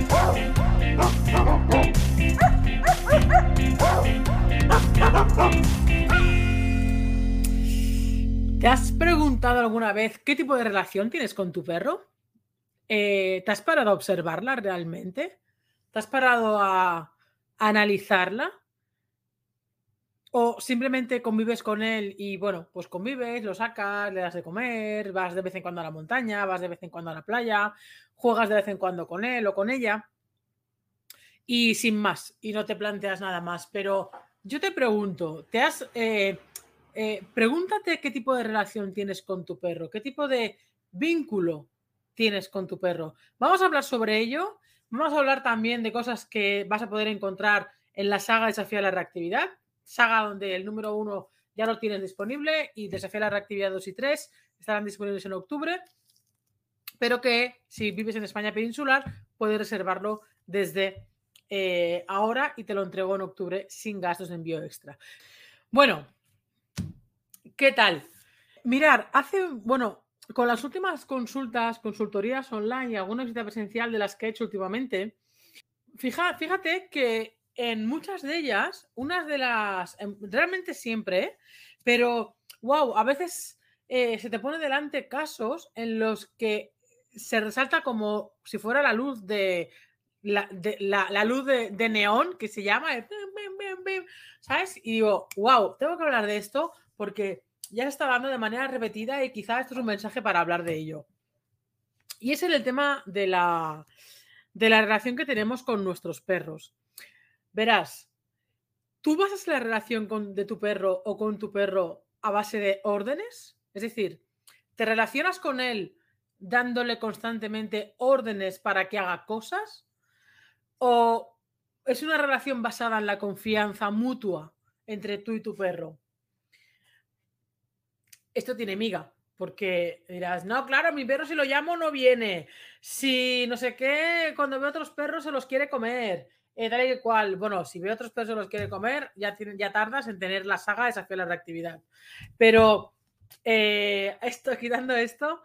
¿Te has preguntado alguna vez qué tipo de relación tienes con tu perro? ¿Te has parado a observarla realmente? ¿Te has parado a analizarla? ¿O simplemente convives con él y, bueno, pues convives, lo sacas, le das de comer, vas de vez en cuando a la montaña, vas de vez en cuando a la playa, juegas de vez en cuando con él o con ella y sin más, y no te planteas nada más? Pero yo te pregunto, pregúntate qué tipo de relación tienes con tu perro, qué tipo de vínculo tienes con tu perro. Vamos a hablar sobre ello, vamos a hablar también de cosas que vas a poder encontrar en la saga Desafío a la Reactividad, saga donde el número 1 ya lo tienes disponible y Desafío a la Reactividad 2 y 3 estarán disponibles en octubre, pero que si vives en España peninsular puedes reservarlo desde ahora y te lo entrego en octubre sin gastos de envío extra. Bueno, ¿qué tal? Mirar, con las últimas consultorías online y alguna visita presencial de las que he hecho últimamente, fíjate que en muchas de ellas, realmente siempre, pero wow, a veces se te pone delante casos en los que se resalta como si fuera la luz la luz de neón que se llama, ¿sabes? Y digo, wow, tengo que hablar de esto porque ya se está hablando de manera repetida y quizá esto es un mensaje para hablar de ello. Y es el tema de la relación que tenemos con nuestros perros. Verás, ¿tú basas la relación de tu perro o con tu perro a base de órdenes? Es decir, ¿te relacionas con él dándole constantemente órdenes para que haga cosas? ¿O es una relación basada en la confianza mutua entre tú y tu perro? Esto tiene miga, porque dirás, no, claro, mi perro si lo llamo no viene. Si no sé qué, cuando veo otros perros se los quiere comer. Tal y cual. Bueno, si veo otros perros se los quiere comer, ya tardas en tener la saga Desafío a la Reactividad. Pero quitando esto,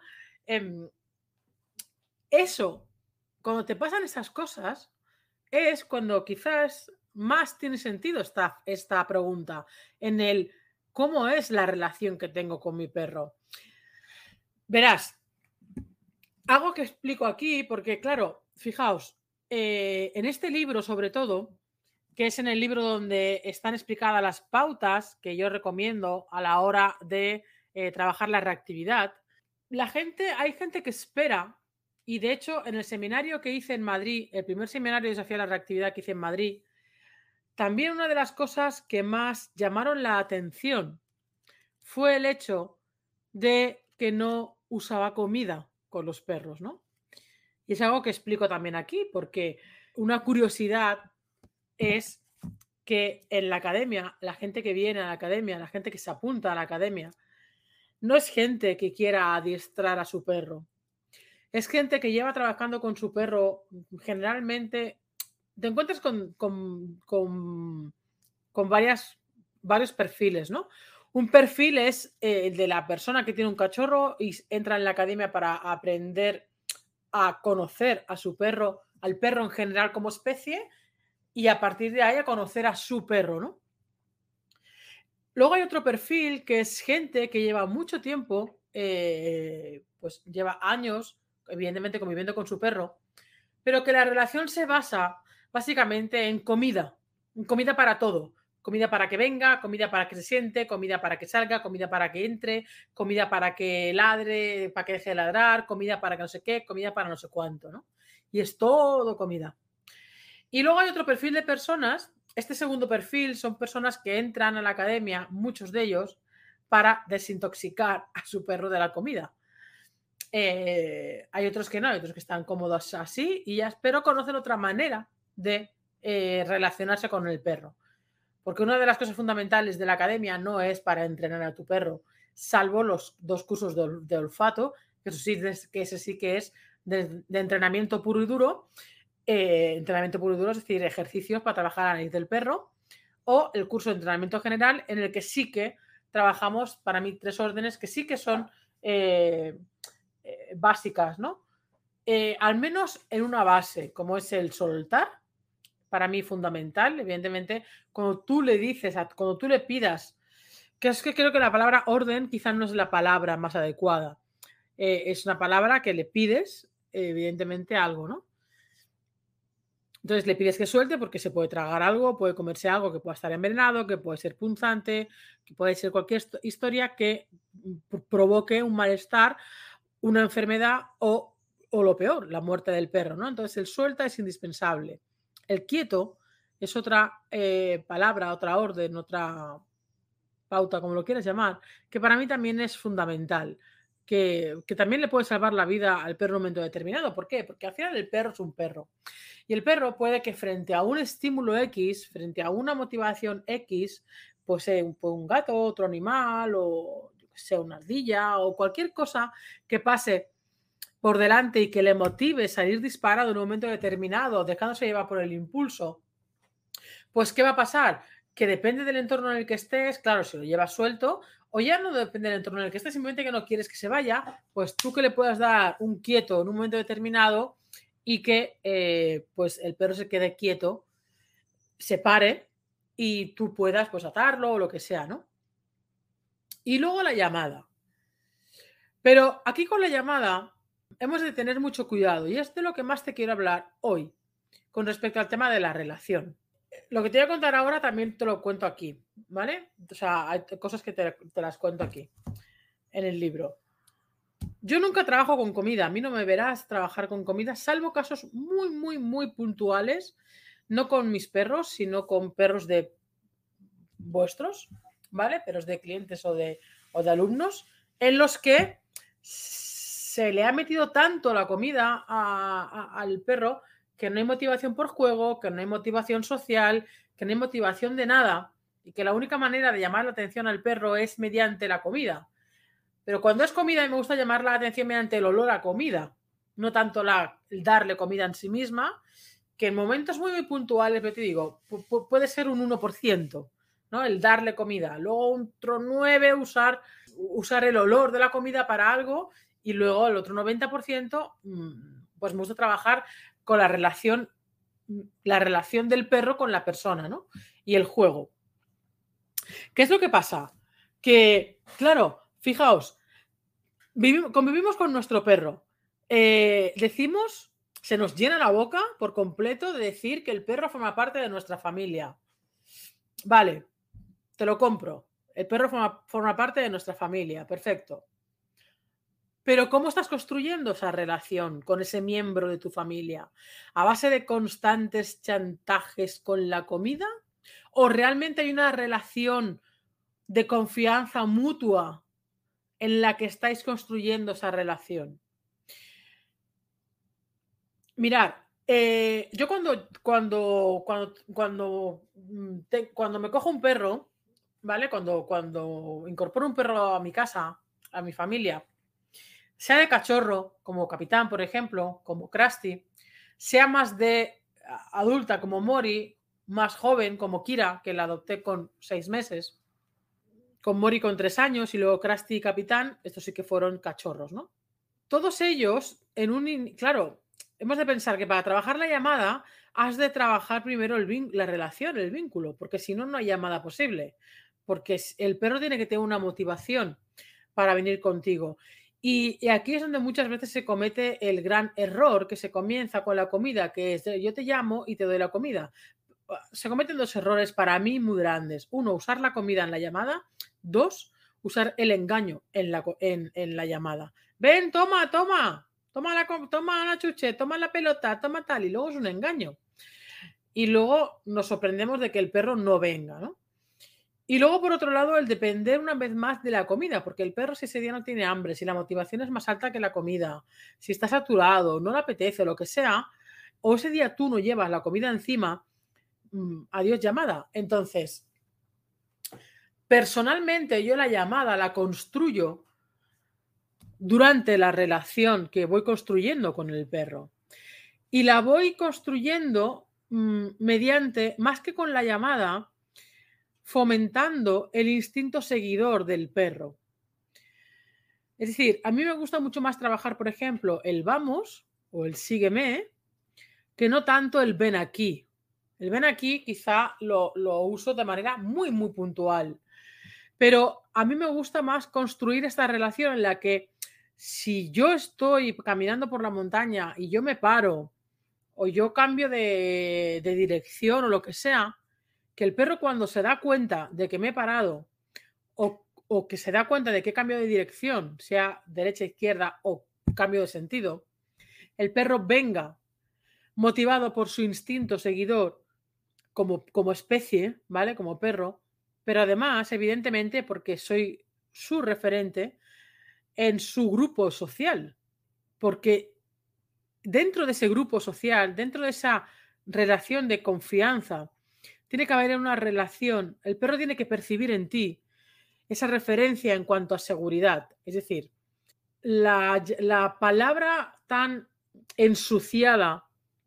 eso, cuando te pasan esas cosas, es cuando quizás más tiene sentido esta pregunta en el cómo es la relación que tengo con mi perro. Verás, algo que explico aquí, porque claro, fijaos, en este libro sobre todo, que es en el libro donde están explicadas las pautas que yo recomiendo a la hora de trabajar la reactividad, hay gente que espera, y de hecho en el seminario que hice en Madrid, el primer seminario de Desafío a la Reactividad que hice en Madrid, también una de las cosas que más llamaron la atención fue el hecho de que no usaba comida con los perros, ¿no? Y es algo que explico también aquí, porque una curiosidad es que en la academia, la gente que viene a la academia, la gente que se apunta a la academia, no es gente que quiera adiestrar a su perro. Es gente que lleva trabajando con su perro, generalmente te encuentras con varios perfiles, ¿no? Un perfil es el de la persona que tiene un cachorro y entra en la academia para aprender a conocer a su perro, al perro en general como especie, y a partir de ahí a conocer a su perro, ¿no? Luego hay otro perfil que es gente que lleva mucho tiempo, pues lleva años, evidentemente conviviendo con su perro, pero que la relación se basa básicamente en comida para todo. Comida para que venga, comida para que se siente, comida para que salga, comida para que entre, comida para que ladre, para que deje de ladrar, comida para que no sé qué, comida para no sé cuánto, ¿no? Y es todo comida. Y luego hay otro perfil de personas, este segundo perfil son personas que entran a la academia, muchos de ellos, para desintoxicar a su perro de la comida. Hay otros que no, hay otros que están cómodos así y ya espero conocer otra manera de relacionarse con el perro. Porque una de las cosas fundamentales de la academia no es para entrenar a tu perro, salvo los 2 cursos de olfato, que eso sí, que ese sí que es de entrenamiento puro y duro. Entrenamiento puro y duro, es decir, ejercicios para trabajar la nariz del perro, o el curso de entrenamiento general, en el que sí que trabajamos, para mí, 3 órdenes que sí que son básicas, ¿no? al menos en una base, como es el soltar, para mí fundamental. Evidentemente, cuando tú le dices, cuando tú le pidas, que es que creo que la palabra orden quizás no es la palabra más adecuada. Es una palabra que le pides, evidentemente, algo, ¿no? Entonces le pides que suelte porque se puede tragar algo, puede comerse algo que pueda estar envenenado, que puede ser punzante, que puede ser cualquier historia que provoque un malestar, una enfermedad o lo peor, la muerte del perro, ¿no? Entonces el suelta es indispensable. El quieto es otra palabra, otra orden, otra pauta, como lo quieras llamar, que para mí también es fundamental. Que también le puede salvar la vida al perro en un momento determinado. ¿Por qué? Porque al final el perro es un perro. Y el perro puede que frente a un estímulo X, frente a una motivación X, pues un gato, otro animal, o sea una ardilla, o cualquier cosa que pase por delante y que le motive salir disparado en un momento determinado, dejándose llevar por el impulso, pues ¿qué va a pasar? Que depende del entorno en el que estés, claro, si lo llevas suelto, o ya no depende del entorno en el que estés, simplemente que no quieres que se vaya, pues tú que le puedas dar un quieto en un momento determinado y que pues el perro se quede quieto, se pare y tú puedas pues atarlo o lo que sea, ¿no? Y luego la llamada. Pero aquí con la llamada hemos de tener mucho cuidado y es de lo que más te quiero hablar hoy con respecto al tema de la relación. Lo que te voy a contar ahora también te lo cuento aquí, ¿vale? O sea, hay cosas que te las cuento aquí, en el libro. Yo nunca trabajo con comida, a mí no me verás trabajar con comida, salvo casos muy, muy, muy puntuales, no con mis perros, sino con perros de vuestros, ¿vale? Perros de clientes o de alumnos, en los que se le ha metido tanto la comida al perro que no hay motivación por juego, que no hay motivación social, que no hay motivación de nada y que la única manera de llamar la atención al perro es mediante la comida. Pero cuando es comida me gusta llamar la atención mediante el olor a comida, no tanto el darle comida en sí misma, que en momentos muy, muy puntuales, pero te digo, puede ser un 1%, ¿no? El darle comida. Luego otro 9% usar el olor de la comida para algo y luego el otro 90% pues me gusta trabajar con la relación del perro con la persona, ¿no? Y el juego. ¿Qué es lo que pasa? Que, claro, fijaos, convivimos con nuestro perro. Decimos, se nos llena la boca por completo de decir que el perro forma parte de nuestra familia. Vale, te lo compro. El perro forma parte de nuestra familia, perfecto. Pero ¿cómo estás construyendo esa relación con ese miembro de tu familia? ¿A base de constantes chantajes con la comida? ¿O realmente hay una relación de confianza mutua en la que estáis construyendo esa relación? Mirad, yo cuando me cojo un perro, ¿vale? Cuando incorporo un perro a mi casa, a mi familia, sea de cachorro, como Capitán, por ejemplo, como Krusty, sea más de adulta, como Mori, más joven, como Kira, que la adopté con 6 meses, con Mori con 3 años y luego Krusty y Capitán, estos sí que fueron cachorros, ¿no? Todos ellos, claro, hemos de pensar que para trabajar la llamada has de trabajar primero la relación, el vínculo, porque si no, no hay llamada posible. Porque el perro tiene que tener una motivación para venir contigo. Y aquí es donde muchas veces se comete el gran error que se comienza con la comida, que es yo te llamo y te doy la comida. Se cometen 2 errores para mí muy grandes. 1, usar la comida en la llamada. 2, usar el engaño en la llamada. Ven, toma la chuche, toma la pelota, toma tal, y luego es un engaño. Y luego nos sorprendemos de que el perro no venga, ¿no? Y luego, por otro lado, el depender una vez más de la comida, porque el perro si ese día no tiene hambre, si la motivación es más alta que la comida, si está saturado, no le apetece, lo que sea, o ese día tú no llevas la comida encima, adiós llamada. Entonces, personalmente yo la llamada la construyo durante la relación que voy construyendo con el perro. Y la voy construyendo mediante, más que con la llamada, fomentando el instinto seguidor del perro. Es decir, a mí me gusta mucho más trabajar, por ejemplo, el vamos, o el sígueme que no tanto el ven aquí. El ven aquí quizá lo uso de manera muy, muy puntual. Pero a mí me gusta más construir esta relación en la que si yo estoy caminando por la montaña y yo me paro o yo cambio de dirección o lo que sea, que el perro cuando se da cuenta de que me he parado o que se da cuenta de que he cambiado de dirección, sea derecha, izquierda o cambio de sentido, el perro venga motivado por su instinto seguidor como especie, ¿vale? Como perro, pero además, evidentemente, porque soy su referente en su grupo social, porque dentro de ese grupo social, dentro de esa relación de confianza, tiene que haber una relación, el perro tiene que percibir en ti esa referencia en cuanto a seguridad. Es decir, la palabra tan ensuciada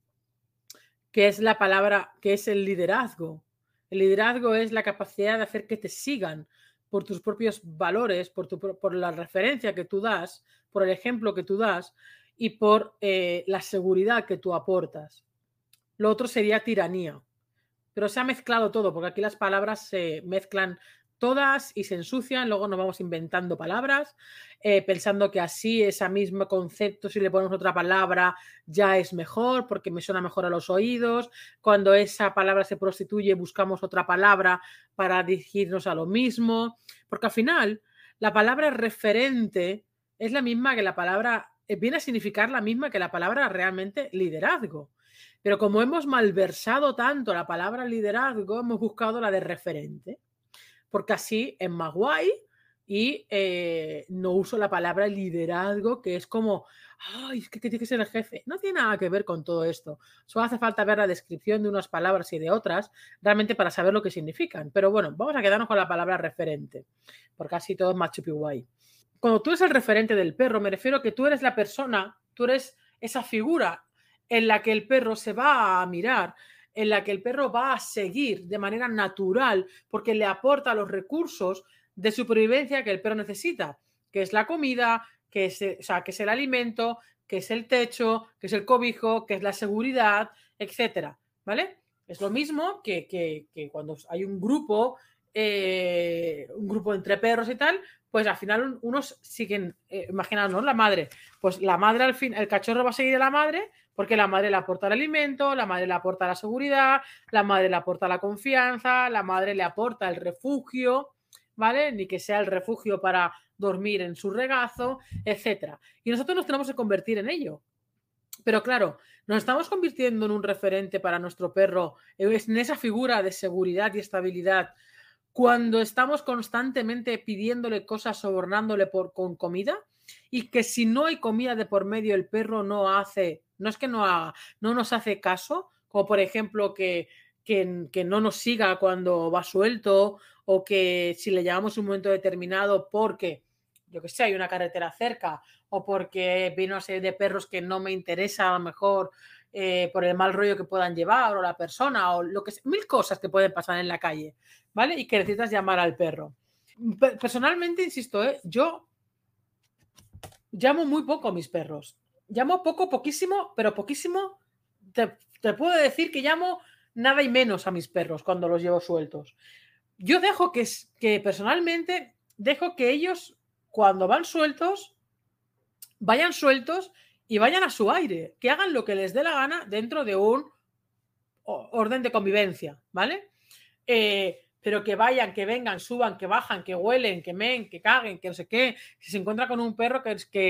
que es la palabra, que es el liderazgo. El liderazgo es la capacidad de hacer que te sigan por tus propios valores, por la referencia que tú das, por el ejemplo que tú das y por la seguridad que tú aportas. Lo otro sería tiranía. Pero se ha mezclado todo, porque aquí las palabras se mezclan todas y se ensucian, luego nos vamos inventando palabras, pensando que así ese mismo concepto, si le ponemos otra palabra, ya es mejor, porque me suena mejor a los oídos. Cuando esa palabra se prostituye, buscamos otra palabra para dirigirnos a lo mismo, porque al final la palabra referente es la misma que la palabra, viene a significar la misma que la palabra realmente liderazgo. Pero como hemos malversado tanto la palabra liderazgo, hemos buscado la de referente, porque así es más guay y no uso la palabra liderazgo, que es como, ay, es que tiene que ser el jefe. No tiene nada que ver con todo esto. Solo hace falta ver la descripción de unas palabras y de otras, realmente para saber lo que significan. Pero bueno, vamos a quedarnos con la palabra referente, porque así todo es más chupi guay. Cuando tú eres el referente del perro, me refiero a que tú eres la persona, tú eres esa figura en la que el perro se va a mirar, en la que el perro va a seguir de manera natural porque le aporta los recursos de supervivencia que el perro necesita, que es la comida, que es, o sea, que es el alimento, que es el techo, que es el cobijo, que es la seguridad, etcétera, ¿vale? Es lo mismo que cuando hay un grupo entre perros y tal, pues al final unos siguen, imaginaos, ¿no? La madre, pues la madre al fin, el cachorro va a seguir a la madre porque la madre le aporta el alimento, la madre le aporta la seguridad, la madre le aporta la confianza, la madre le aporta el refugio, ¿vale? Ni que sea el refugio para dormir en su regazo, etcétera. Y nosotros nos tenemos que convertir en ello. Pero claro, nos estamos convirtiendo en un referente para nuestro perro, en esa figura de seguridad y estabilidad cuando estamos constantemente pidiéndole cosas, sobornándole con comida, y que si no hay comida de por medio, el perro no hace, no es que no haga, no nos hace caso, como por ejemplo que no nos siga cuando va suelto, o que si le llamamos un momento determinado porque, yo que sé, hay una carretera cerca, o porque viene una serie de perros que no me interesa a lo mejor por el mal rollo que puedan llevar, o la persona, o lo que sea, mil cosas que pueden pasar en la calle, ¿vale? Y que necesitas llamar al perro. Personalmente, insisto, yo llamo muy poco a mis perros. Llamo poco, poquísimo, pero poquísimo. Te puedo decir que llamo nada y menos a mis perros cuando los llevo sueltos. Yo dejo que personalmente, dejo que ellos, cuando van sueltos, vayan sueltos y vayan a su aire, que hagan lo que les dé la gana dentro de un orden de convivencia, ¿vale? Pero que vayan, que vengan, suban, que bajan, que huelen, que meen, que caguen, que no sé qué. Si se encuentra con un perro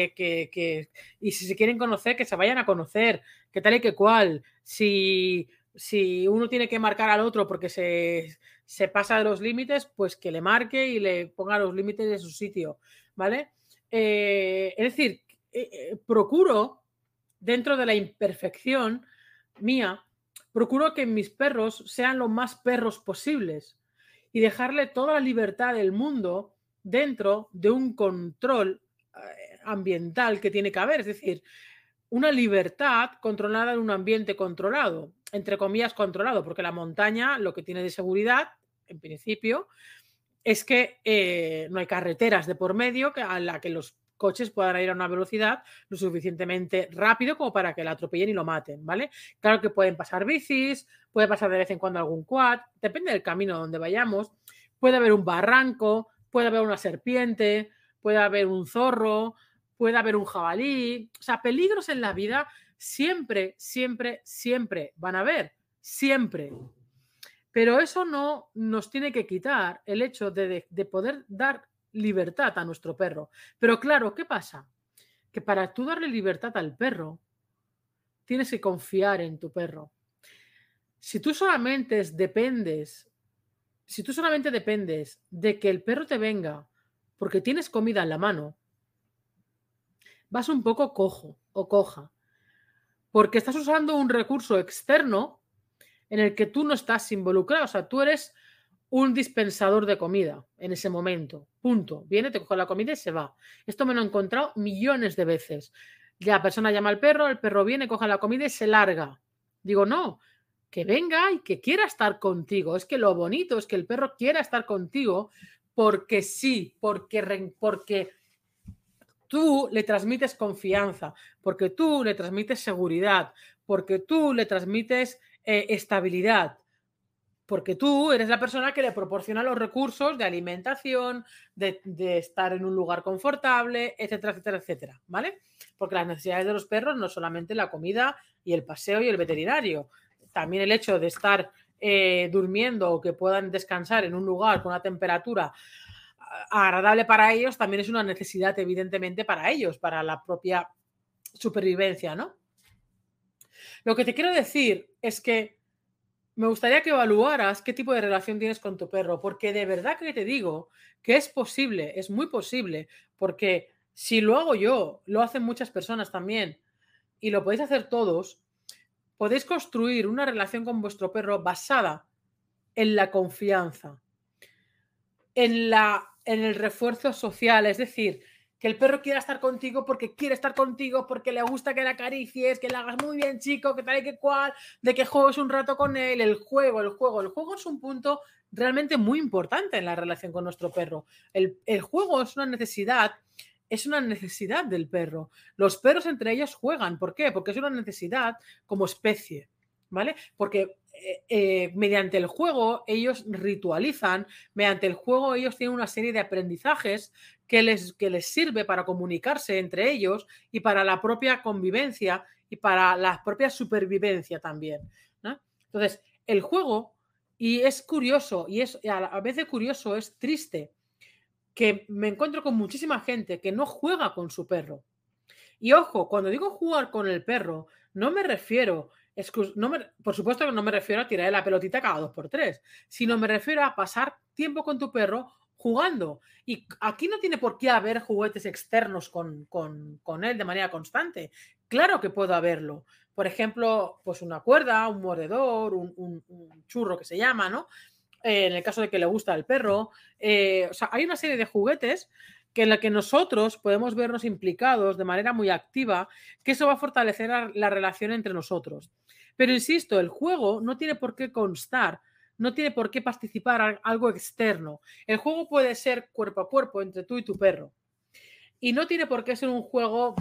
y si se quieren conocer, que se vayan a conocer, que tal y que cual. Si uno tiene que marcar al otro porque se pasa de los límites, pues que le marque y le ponga los límites de su sitio, ¿vale? Es decir, procuro, dentro de la imperfección mía, procuro que mis perros sean lo más perros posibles y dejarle toda la libertad del mundo dentro de un control ambiental que tiene que haber. Es decir, una libertad controlada en un ambiente controlado, entre comillas controlado, porque la montaña lo que tiene de seguridad, en principio, es que no hay carreteras de por medio a la que los coches puedan ir a una velocidad lo suficientemente rápido como para que la atropellen y lo maten, ¿vale? Claro que pueden pasar bicis, puede pasar de vez en cuando algún quad, depende del camino donde vayamos, puede haber un barranco, puede haber una serpiente, puede haber un zorro, puede haber un jabalí, o sea, peligros en la vida siempre, siempre, siempre van a haber, siempre. Pero eso no nos tiene que quitar el hecho de poder dar libertad a nuestro perro. Pero claro, ¿qué pasa? Que para tú darle libertad al perro, tienes que confiar en tu perro. Si tú solamente dependes, si tú solamente dependes de que el perro te venga porque tienes comida en la mano, vas un poco cojo o coja, porque estás usando un recurso externo en el que tú no estás involucrado. O sea, tú eres un dispensador de comida en ese momento. Punto. Viene, te coge la comida y se va. Esto me lo he encontrado millones de veces. La persona llama al perro, el perro viene, coge la comida y se larga. Digo, no, que venga y que quiera estar contigo. Es que lo bonito es que el perro quiera estar contigo porque sí, porque tú le transmites confianza, porque tú le transmites seguridad, porque tú le transmites estabilidad, porque tú eres la persona que le proporciona los recursos de alimentación, de estar en un lugar confortable, etcétera, etcétera, etcétera, ¿vale? Porque las necesidades de los perros no es solamente la comida y el paseo y el veterinario, también el hecho de estar durmiendo o que puedan descansar en un lugar con una temperatura agradable para ellos también es una necesidad evidentemente para ellos, para la propia supervivencia, ¿no? Lo que te quiero decir es que me gustaría que evaluaras qué tipo de relación tienes con tu perro, porque de verdad que te digo que es posible, es muy posible, porque si lo hago yo, lo hacen muchas personas también, y lo podéis hacer todos, podéis construir una relación con vuestro perro basada en la confianza, en el refuerzo social, es decir, que el perro quiera estar contigo porque quiere estar contigo, porque le gusta que le acaricies, que le hagas muy bien, chico, que tal y que cual, de que juegues un rato con él, el juego. El juego es un punto realmente muy importante en la relación con nuestro perro. El juego es una necesidad del perro. Los perros entre ellos juegan. ¿Por qué? Porque es una necesidad como especie, ¿vale? Porque mediante el juego ellos ritualizan, mediante el juego ellos tienen una serie de aprendizajes que les sirve para comunicarse entre ellos y para la propia convivencia y para la propia supervivencia también, ¿no? Entonces, el juego, y es curioso, y es a veces curioso, es triste, que me encuentro con muchísima gente que no juega con su perro. Y ojo, cuando digo jugar con el perro, no me refiero, por supuesto que no me refiero a tirar la pelotita cada 2 por 3, sino me refiero a pasar tiempo con tu perro jugando. Y aquí no tiene por qué haber juguetes externos con él de manera constante. Claro que puedo haberlo. Por ejemplo, pues una cuerda, un mordedor, un churro que se llama, ¿no? En el caso de que le gusta el perro. O sea, hay una serie de juguetes que en la que nosotros podemos vernos implicados de manera muy activa, que eso va a fortalecer la relación entre nosotros. Pero insisto, el juego no tiene por qué constar, no tiene por qué participar algo externo. El juego puede ser cuerpo a cuerpo entre tú y tu perro. Y no tiene por qué ser un juego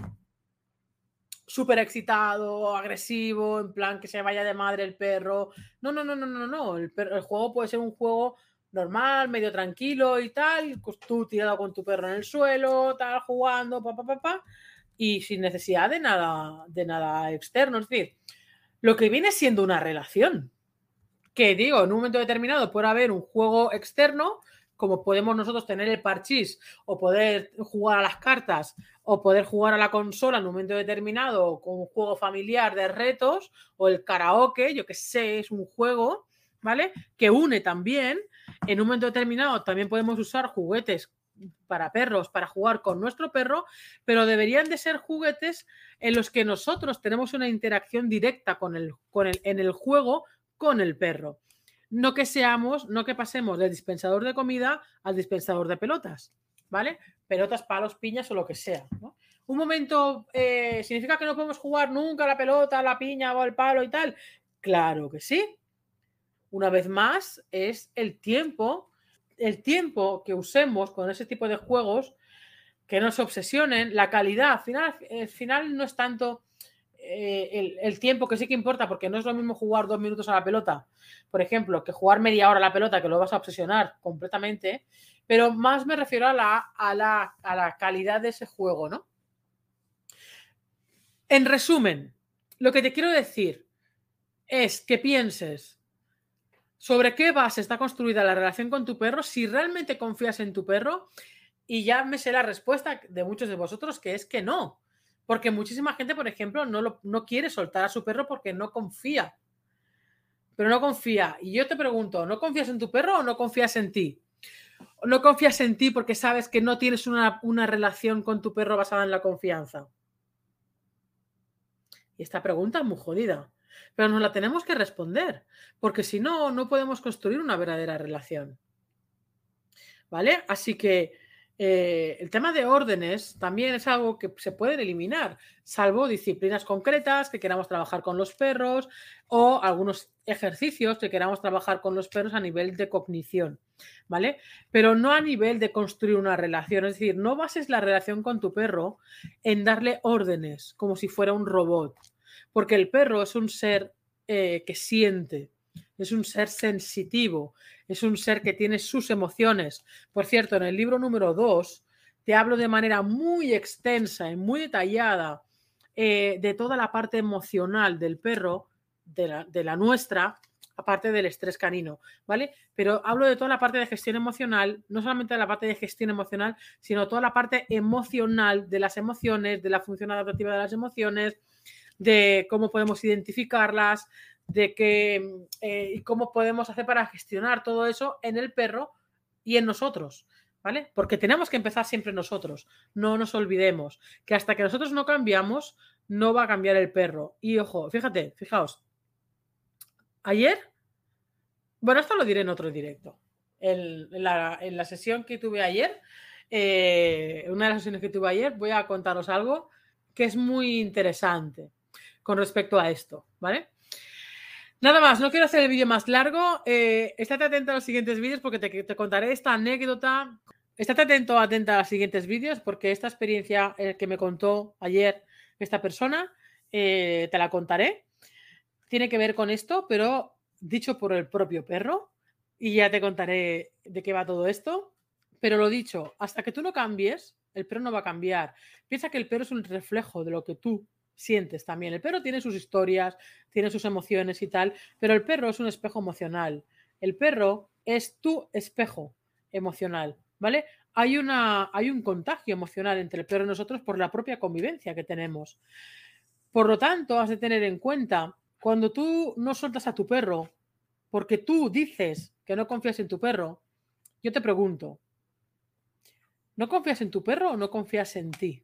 súper excitado, agresivo, en plan que se vaya de madre el perro. No, no, no, no, no, no. El juego puede ser un juego normal, medio tranquilo y tal, pues tú tirado con tu perro en el suelo, tal, jugando, y sin necesidad de nada externo. Es decir, lo que viene siendo una relación. Que digo, en un momento determinado puede haber un juego externo, como podemos nosotros tener el parchís o poder jugar a las cartas o poder jugar a la consola en un momento determinado con un juego familiar de retos o el karaoke, yo que sé, es un juego, ¿vale? Que une también. En un momento determinado también podemos usar juguetes para perros, para jugar con nuestro perro, pero deberían de ser juguetes en los que nosotros tenemos una interacción directa en el juego con el perro. No que pasemos del dispensador de comida al dispensador de pelotas, ¿vale? Pelotas, palos, piñas o lo que sea, ¿no? Un momento, ¿significa que no podemos jugar nunca a la pelota, a la piña o al palo y tal? Claro que sí. Una vez más, es el tiempo que usemos con ese tipo de juegos que no se obsesionen, la calidad, al final no es tanto el tiempo, que sí que importa, porque no es lo mismo jugar 2 minutos a la pelota, por ejemplo, que jugar media hora a la pelota, que lo vas a obsesionar completamente, pero más me refiero a la calidad de ese juego, ¿no? En resumen, lo que te quiero decir es que pienses sobre qué base está construida la relación con tu perro, si realmente confías en tu perro, y ya me sé la respuesta de muchos de vosotros, que es que no. Porque muchísima gente, por ejemplo, no quiere soltar a su perro porque no confía. Pero no confía. Y yo te pregunto, ¿no confías en tu perro o no confías en ti? ¿No confías en ti porque sabes que no tienes una relación con tu perro basada en la confianza? Y esta pregunta es muy jodida. Pero nos la tenemos que responder. Porque si no, no podemos construir una verdadera relación. ¿Vale? Así que el tema de órdenes también es algo que se pueden eliminar, salvo disciplinas concretas que queramos trabajar con los perros o algunos ejercicios que queramos trabajar con los perros a nivel de cognición, ¿vale? Pero no a nivel de construir una relación, es decir, no bases la relación con tu perro en darle órdenes como si fuera un robot, porque el perro es un ser que siente, es un ser sensitivo, es un ser que tiene sus emociones. Por cierto, en el libro número 2 te hablo de manera muy extensa y muy detallada de toda la parte emocional del perro, de la nuestra, aparte del estrés canino, ¿vale? Pero hablo de toda la parte de gestión emocional, no solamente de la parte de gestión emocional, sino toda la parte emocional de las emociones, de la función adaptativa de las emociones, de cómo podemos identificarlas, de y cómo podemos hacer para gestionar todo eso en el perro y en nosotros, ¿vale? Porque tenemos que empezar siempre nosotros. No nos olvidemos que hasta que nosotros no cambiamos, no va a cambiar el perro. Y ojo, fijaos, ayer, bueno, esto lo diré en otro directo. En la sesión que tuve ayer, una de las sesiones que tuve ayer, voy a contaros algo que es muy interesante con respecto a esto, ¿vale? Nada más, no quiero hacer el vídeo más largo. Estate atento a los siguientes vídeos porque te contaré esta anécdota. Estate atenta a los siguientes vídeos porque esta experiencia que me contó ayer esta persona, te la contaré. Tiene que ver con esto, pero dicho por el propio perro. Y ya te contaré de qué va todo esto. Pero lo dicho, hasta que tú no cambies, el perro no va a cambiar. Piensa que el perro es un reflejo de lo que tú sientes también. El perro tiene sus historias, tiene sus emociones y tal, pero el perro es un espejo emocional. El perro es tu espejo emocional, ¿vale? Hay un contagio emocional entre el perro y nosotros por la propia convivencia que tenemos. Por lo tanto, has de tener en cuenta, cuando tú no sueltas a tu perro porque tú dices que no confías en tu perro, yo te pregunto, ¿no confías en tu perro o no confías en ti?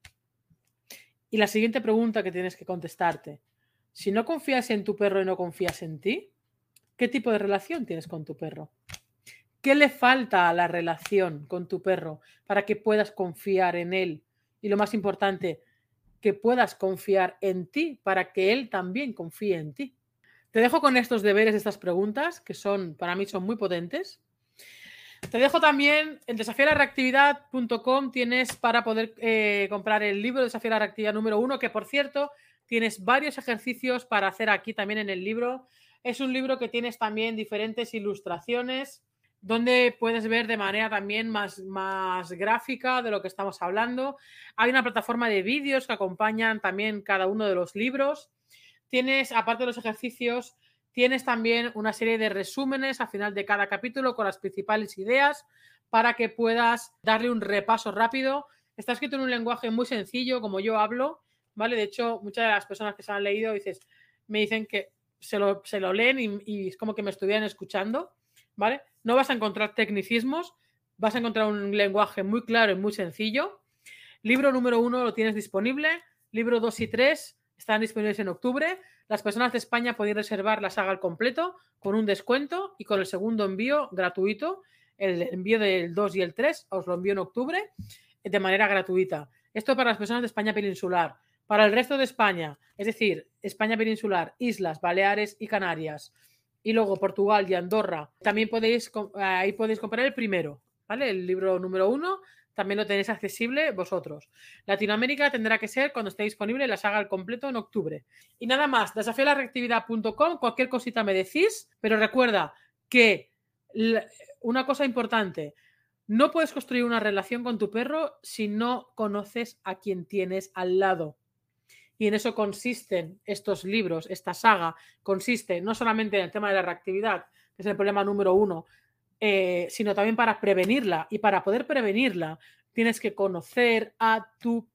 Y la siguiente pregunta que tienes que contestarte, si no confías en tu perro y no confías en ti, ¿qué tipo de relación tienes con tu perro? ¿Qué le falta a la relación con tu perro para que puedas confiar en él? Y lo más importante, que puedas confiar en ti para que él también confíe en ti. Te dejo con estos deberes, estas preguntas, que para mí son muy potentes. Te dejo también en desafiarareactividad.com tienes para poder comprar el libro Desafío a la Reactividad número 1, que por cierto tienes varios ejercicios para hacer aquí también en el libro. Es un libro que tienes también diferentes ilustraciones donde puedes ver de manera también más gráfica de lo que estamos hablando. Hay una plataforma de vídeos que acompañan también cada uno de los libros. Tienes, aparte de los ejercicios, tienes también una serie de resúmenes al final de cada capítulo con las principales ideas para que puedas darle un repaso rápido. Está escrito en un lenguaje muy sencillo, como yo hablo, ¿vale? De hecho, muchas de las personas que se han leído me dicen que se lo leen y es como que me estuvieran escuchando, ¿vale? No vas a encontrar tecnicismos, vas a encontrar un lenguaje muy claro y muy sencillo. Libro número 1 lo tienes disponible, libro 2 y 3 están disponibles en octubre. Las personas de España podéis reservar la saga al completo con un descuento y con el segundo envío gratuito. El envío del 2 y el 3 os lo envío en octubre de manera gratuita. Esto para las personas de España peninsular. Para el resto de España, es decir, España peninsular, Islas, Baleares y Canarias, y luego Portugal y Andorra, también ahí podéis comprar el primero, ¿vale? El libro número 1 también lo tenéis accesible vosotros. Latinoamérica tendrá que ser cuando esté disponible la saga al completo en octubre. Y nada más, desafiolareactividad.com, cualquier cosita me decís, pero recuerda que una cosa importante, no puedes construir una relación con tu perro si no conoces a quien tienes al lado. Y en eso consisten estos libros, esta saga, consiste no solamente en el tema de la reactividad, que es el problema número 1, sino también para prevenirla. Y para poder prevenirla, tienes que conocer a tu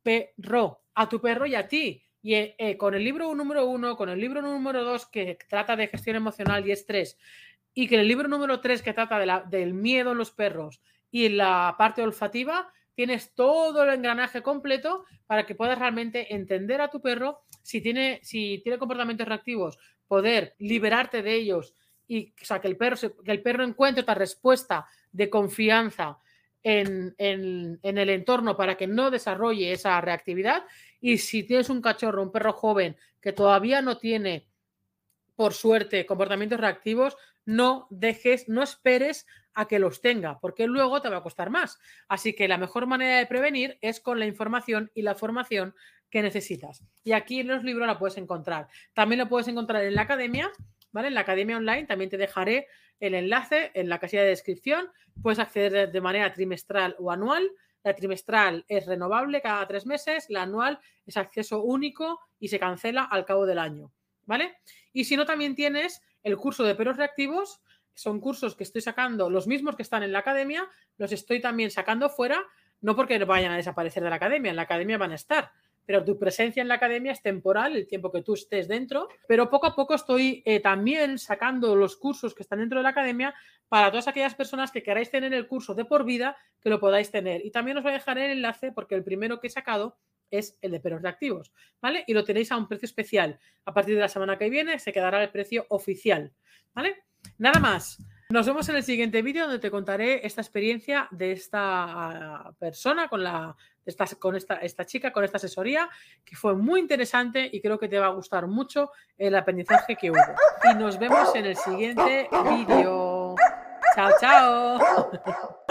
perro y a ti. Y con el libro número 1, con el libro número 2, que trata de gestión emocional y estrés, y que el libro número 3, que trata del miedo en los perros y la parte olfativa, tienes todo el engranaje completo para que puedas realmente entender a tu perro, si tiene comportamientos reactivos, poder liberarte de ellos y, o sea, que el perro encuentre otra respuesta de confianza en el entorno para que no desarrolle esa reactividad. Y si tienes un cachorro, un perro joven que todavía no tiene, por suerte, comportamientos reactivos, no esperes a que los tenga, porque luego te va a costar más. Así que la mejor manera de prevenir es con la información y la formación que necesitas. Y aquí en los libros la puedes encontrar. También lo puedes encontrar en la academia, ¿vale? En la academia online también te dejaré el enlace en la casilla de descripción. Puedes acceder de manera trimestral o anual. La trimestral es renovable cada 3 meses, la anual es acceso único y se cancela al cabo del año, ¿vale? Y si no, también tienes el curso de perros reactivos. Son cursos que estoy sacando, los mismos que están en la academia, los estoy también sacando fuera, no porque vayan a desaparecer de la academia, en la academia van a estar, pero tu presencia en la academia es temporal, el tiempo que tú estés dentro, pero poco a poco estoy también sacando los cursos que están dentro de la academia para todas aquellas personas que queráis tener el curso de por vida, que lo podáis tener. Y también os voy a dejar el enlace porque el primero que he sacado es el de perros reactivos, ¿vale? Y lo tenéis a un precio especial. A partir de la semana que viene se quedará el precio oficial, ¿vale? Nada más. Nos vemos en el siguiente vídeo donde te contaré esta experiencia de esta persona esta chica, con esta asesoría, que fue muy interesante y creo que te va a gustar mucho el aprendizaje que hubo. Y nos vemos en el siguiente vídeo. Chao, chao.